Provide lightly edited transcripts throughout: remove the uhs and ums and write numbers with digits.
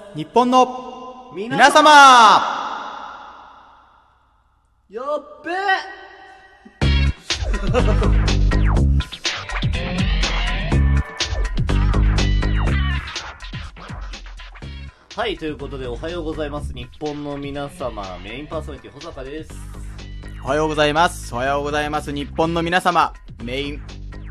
日本の皆皆様。 やっべえはい、ということでおはようございます。日本の皆様、メインパーソナリティ保坂です。 おはようございます。おはようございます。日本の皆様、メイン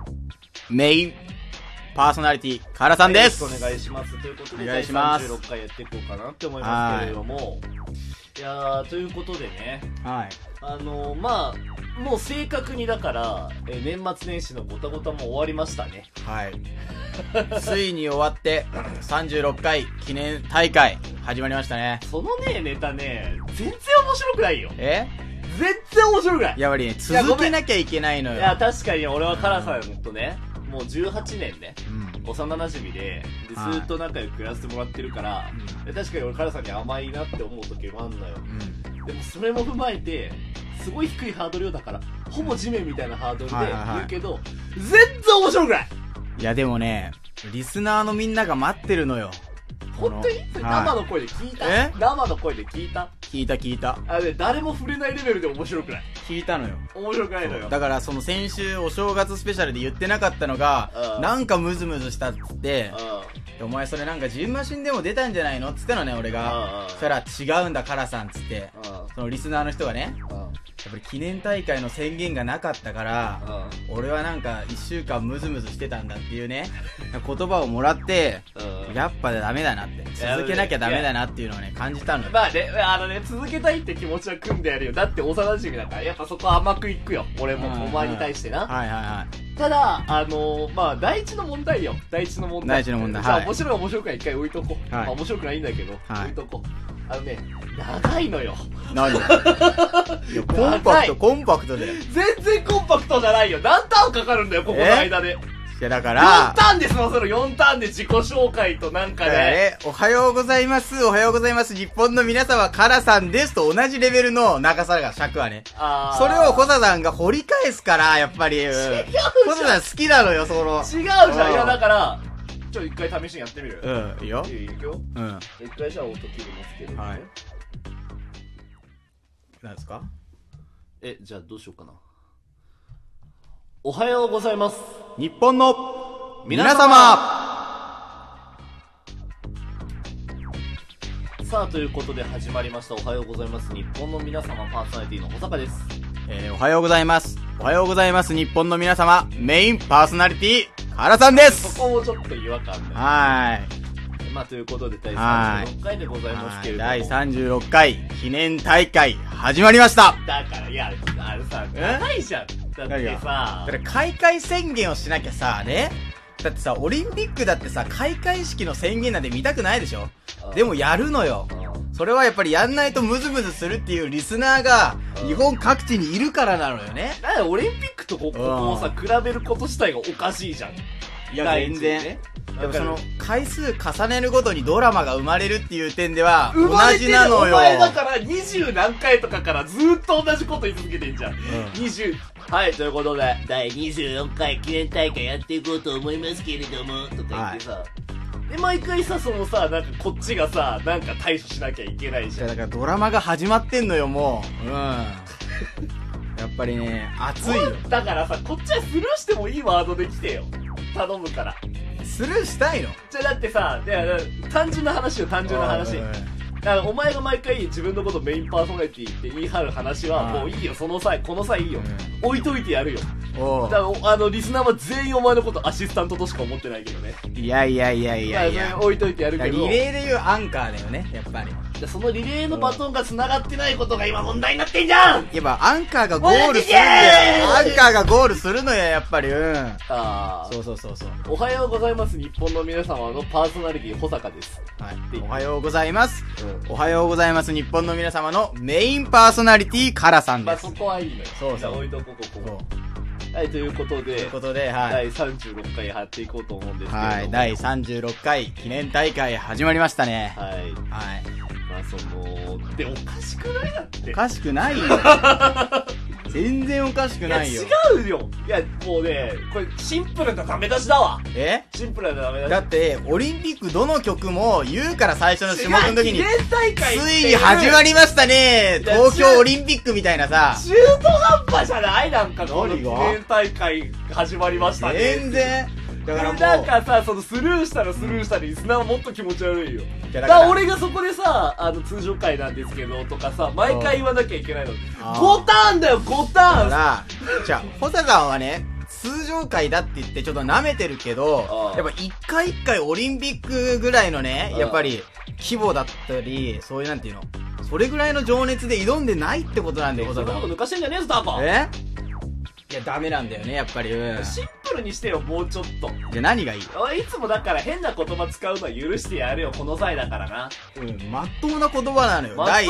パーソナリティカラさんです。 よろしくお願いします。ということで、 お願いします。 第36回やっていこうかなって思いますけれども、いやー、ということでね、 はい。 まあ、もう正確にだから、年末年始のごたごたも終わりましたね。 はい。ついに終わって、36回記念大会、始まりましたね。 そのね、ネタね、全然面白くないよ。全然面白くない。 やっぱりね、続けなきゃいけないのよ。 いや、確かに俺はカラさんとね、もう18年ね、 うん、 幼馴染でずっと仲良くやらせてもらってるから、確かに俺カラさんに甘いなって思う時もあんのよ。でもそれも踏まえて、すごい低いハードルだから、ほぼ地面みたいなハードルで言うけど、全然面白くない。 いやでもね、リスナーのみんなが待ってるのよ。 本当に生の声で聞いた？生の声で聞いた？ 聞いた。 誰も触れないレベルで面白くない。 聞いたのよ。 面白くないのよ。 だからその先週お正月スペシャルで言ってなかったのが、なんかムズムズしたっつって、お前それなんかジンマシンでも出たんじゃないのっつったのね、俺が。そしたら違うんだカラさんっつって、そのリスナーの人がね、やっぱり記念大会の宣言がなかったから、俺はなんか1週間ムズムズしてたんだっていうね、言葉をもらって、やっぱダメだなって、続けなきゃダメだなっていうのをね、感じたのよ。 まあね、続けたいって気持ちは組んでやるよ。だって幼馴染だから、やっぱそこは甘くいくよ。俺もお前に対してな。ただ、まあ、第一の問題よ。第一の問題。じゃあ、面白くは一回置いとこう。まあ、面白くないんだけど、置いとこう。長いのよ。 何？いや、コンパクトだよ。 全然コンパクトじゃないよ。何ターンかかるんだよ、ここの間で。 いや、だから。 4ターンで済ませろ、4ターンで自己紹介となんかね。 おはようございます、おはようございます、日本の皆様、カラさんですと同じレベルの長さが、尺はね。それをホサさんが掘り返すから、やっぱり。 違うじゃん。 ホサさん好きなのよ、その。 違うじゃん。いや、だから、一回試しにやってみる。 いいよ。 いいよ。一回じゃあ音切りますけどね。はい。 何ですか？ じゃあどうしようかな。おはようございます。 日本の皆様。 さあ、ということで始まりました。おはようございます。日本の皆様、パーソナリティの保坂です。 おはようございます。おはようございます。日本の皆様、メインパーソナリティ、カラさんです。 そこもちょっと違和感ね。まあ、ということで第36回でございますけれども。 第36回記念大会始まりました。 だから、いや、さ、長いじゃん。だってさ。 だから開会宣言をしなきゃさ、ね。だってさ、オリンピックだってさ、開会式の宣言なんて見たくないでしょ？でもやるのよ。それはやっぱりやんないとムズムズするっていうリスナーが日本各地にいるからなのよね。 だからオリンピックとここをさ、比べること自体がおかしいじゃん。 いや、全然。でもその、回数重ねるごとにドラマが生まれるっていう点では、同じなのよ。 お前だから20何回とかからずーっと同じこと言い続けてんじゃん。はい、ということで、第24回記念大会やっていこうと思いますけれども、とか言ってさ、で、毎回さ、そのさ、なんかこっちがさ、なんか対処しなきゃいけないじゃん。 だからドラマが始まってんのよ、もう。やっぱりね、熱いよ。 だからさ、こっちはスルーしてもいいワードで来てよ。頼むから。 スルーしたいの？ じゃあだってさ、単純な話よ、単純な話。だからお前が毎回自分のことメインパーソナリティって言い張る話はもういいよ、この際いいよ。置いといてやるよ。だからリスナーは全員お前のことアシスタントとしか思ってないけどね。 いや。 置いといてやるけど。 リレーでいうアンカーだよね、やっぱり。 そのリレーのバトンが繋がってないことが今問題になってんじゃん。 やっぱアンカーがゴールするんだよ。アンカーがゴールするのよ、やっぱり。そう。 おはようございます、日本の皆様のパーソナリティ保坂です。 おはようございます。おはようございます、日本の皆様のメインパーソナリティカラさんです。 まあそこはいいのよ。じゃあ置いとここ。はい、ということで、第36回やっていこうと思うんですけれども。 はい、第36回記念大会始まりましたね。 まあで、おかしくないだって。 おかしくないよ。 全然おかしくないよ。 いや違うよ。いやもうね、これシンプルなダメ出しだわ。シンプルなダメ出しだって、オリンピックどの曲も言うから最初の種目の時に、ついに始まりましたね東京オリンピックみたいなさ。 中途半端じゃないなんかこの記念大会始まりましたね。 全然。 だからなんかさ、そのスルーしたらスルーしたらリスナーはもっと気持ち悪いよ。だから俺がそこでさ、通常回なんですけどとかさ、毎回言わなきゃいけないの。5ターンだよ、5ターン。 だから、じゃあ、ホサさんはね、通常回だって言ってちょっと舐めてるけど、やっぱ一回一回オリンピックぐらいのね、やっぱり規模だったり、そういうなんていうの、それぐらいの情熱で挑んでないってことなんだよ、ホサさん。 そんなこと抜かしてんじゃねえぞ、タコ。 いや、ダメなんだよね、やっぱり。 シンプルにしてよ、もうちょっと。 じゃあ何がいい？ いつもだから変な言葉使うのは許してやるよ、この際だからな。 まっとうな言葉なのよ。第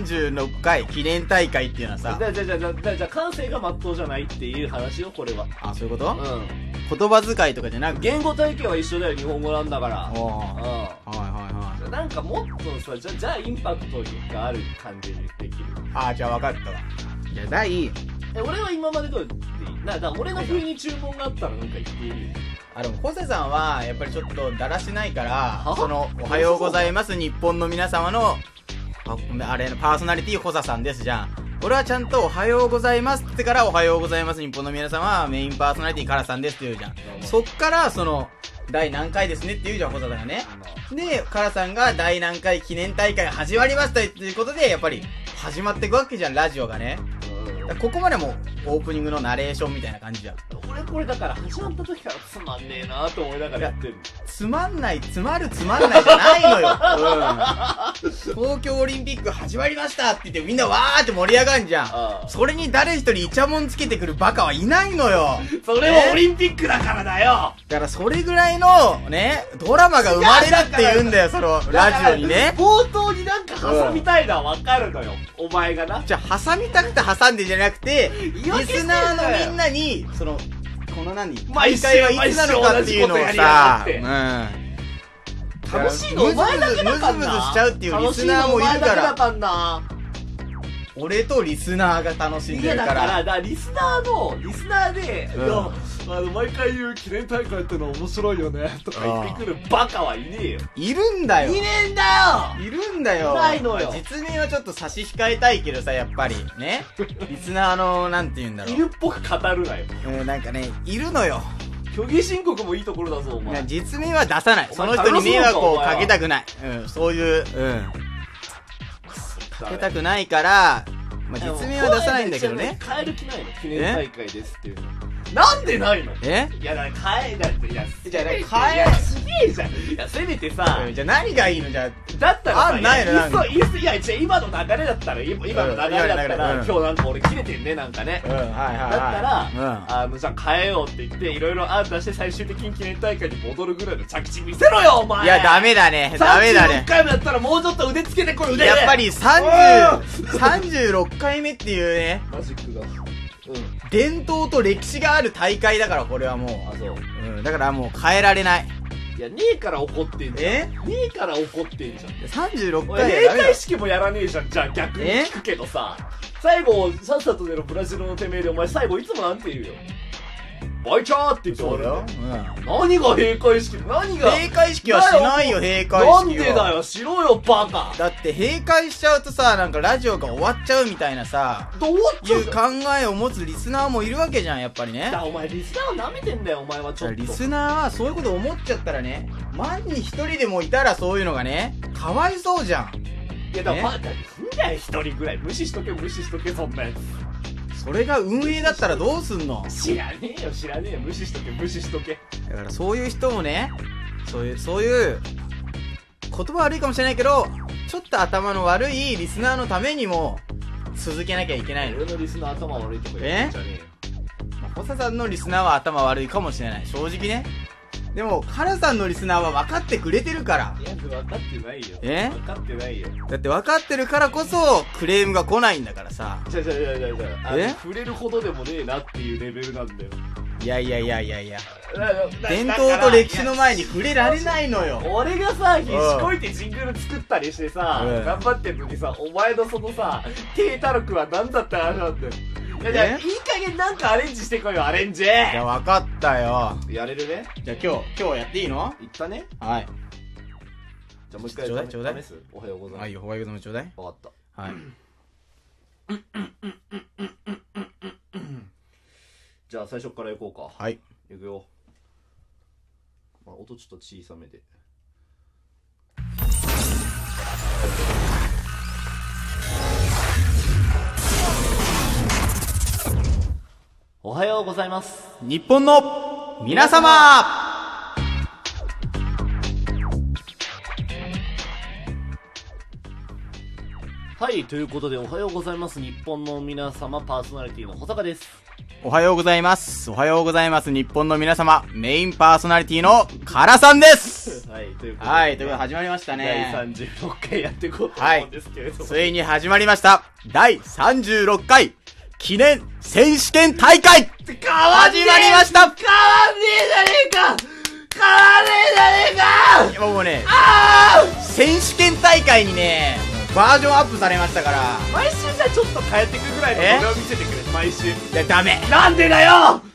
36回記念大会っていうのはさ。 じゃあ感性がまっとうじゃないっていう話よ、これは。 あ、そういうこと？言葉遣いとかじゃなくて。 言語体系は一緒だよ、日本語なんだから。 はい。 なんかもっとさ、じゃあインパクトがある感じにできる。 じゃあ分かったわ。じゃあ俺は今まで通りでいい。だから俺の風に注文があったらなんか言っていいよ。 でもホセさんはやっぱりちょっとだらしないから、そのおはようございます日本の皆様のあれのパーソナリティホサさんですじゃん。俺はちゃんとおはようございますってからおはようございます日本の皆様はメインパーソナリティカラさんですって言うじゃん。そっからその第何回ですねって言うじゃん、ホサさんがね。で、カラさんが第何回記念大会始まりましたっていうことでやっぱり始まっていくわけじゃん、ラジオがね。ここまでもオープニングのナレーションみたいな感じじゃん。 俺これだから始まった時からつまんねえなと思いながらやってる。 つまんない、つまるつまんないじゃないのよ。東京オリンピック始まりましたって言ってみんなわーって盛り上がんじゃん。それに誰一人イチャモンつけてくるバカはいないのよ。 それはオリンピックだからだよ。 だからそれぐらいのね、ドラマが生まれるって言うんだよ、そのラジオにね。 冒頭になんか挟みたいのはわかるのよ、お前がな。 じゃあ挟みたくて挟んでじゃなくて、リスナーのみんなに、その、この大会はいつなのかっていうのをさ、 楽しいのお前だけだかんな。 ムズムズしちゃうっていうリスナーもいるから。俺とリスナーが楽しんでるから。 だからリスナーで、毎回言う記念大会ってのは面白いよねとか言ってくるバカはいねえよ。 いるんだよ。 いねえんだよ。 いるんだよ。 ないのよ。 実名はちょっと差し控えたいけどさ、やっぱりね。リスナーのなんて言うんだろう。 いるっぽく語るなよ。 なんかね、いるのよ。 虚偽申告もいいところだぞ、お前。 実名は出さない。その人に迷惑をかけたくない。そういう、かけたくないから、実名は出さないんだけどね。 変える気ないの、記念大会ですっていうの。なんでないの？いや、だから変え、だって、いや、すげえじゃん。いや、せめてさ、 じゃあ何がいいの？じゃあ、 だったらさ、 ないの？ いや、今の流れだったら、今の流れだったら、今日なんか俺切れてんね、なんかね。だったら、じゃあ変えようって言って、いろいろ案出して最終的に記念大会に戻るぐらいの着地見せろよ、お前！ いや、ダメだね。ダメだね。 36回目だったらもうちょっと腕つけてこい、腕で。 やっぱり36回目っていうね。 マジックだ。 伝統と歴史がある大会だから、これはもう。だからもう変えられない。 いや、ねえから怒ってんじゃん。ねえから怒ってんじゃん。 36回閉会式もやらねえじゃん。じゃあ逆に聞くけどさ。最後、さっさと出ろブラジルのてめえで、お前最後いつもなんて言うよ。バイチャーって言って終わるんだよ。何が閉会式？何が？ 閉会式はしないよ、閉会式は。 なんでだよ、しろよ、バカ。 だって閉会しちゃうとさ、なんかラジオが終わっちゃうみたいなさ、いう考えを持つリスナーもいるわけじゃん、やっぱりね。 お前リスナーは舐めてんだよ、お前はちょっと。 リスナーはそういうこと思っちゃったらね、万に一人でもいたらそういうのがね、かわいそうじゃん。 いや、だから、なんだよ、一人ぐらい。無視しとけ、そんなやつ。 それが運営だったらどうすんの？ 知らねえよ、無視しとけ。 だからそういう人もね、そういう言葉悪いかもしれないけど、ちょっと頭の悪いリスナーのためにも続けなきゃいけないの。 俺のリスナー頭悪いとか言ってんじゃねえよ。 ホサさんのリスナーは頭悪いかもしれない、正直ね。でもカラさんのリスナーは分かってくれてるから。 いや、分かってないよ。分かってないよ。 だって分かってるからこそクレームが来ないんだからさ。 触れるほどでもねえなっていうレベルなんだよ。 いや伝統と歴史の前に触れられないのよ。 俺がさ、必死こいてジングル作ったりしてさ、頑張ってんのにさ、お前のそのさ、低たらくは何だって話なんだよ。 いや、いい加減なんかアレンジしてこいよ、アレンジ。いや、わかったよ。 やれるね。 じゃあ今日やっていいの？ いったね。 はい。 じゃあもう一回ちょうだいちょうだい。 おはようございます。 はい、おはようございます。ちょうだい。 わかった。 はい。 じゃあ最初からいこうか。 はい。 いくよ。まあ、音ちょっと小さめで。おはようございます。 日本の皆様。 はい、ということでおはようございます。日本の皆様、パーソナリティの保坂です。 おはようございます。おはようございます。日本の皆様、メインパーソナリティのカラさんです。 はい、ということで、 はい、ということで始まりましたね。 第36回やっていこうと思うんですけれども、 ついに始まりました。第36回記念選手権大会始まりました。 変わんねえじゃねえか。変わんねえじゃねえか。 いやもうね、選手権大会にね、バージョンアップされましたから。 毎週じゃちょっと変えていくぐらいの動画を見せてくれ。毎週。 いや、ダメ。 なんでだよ。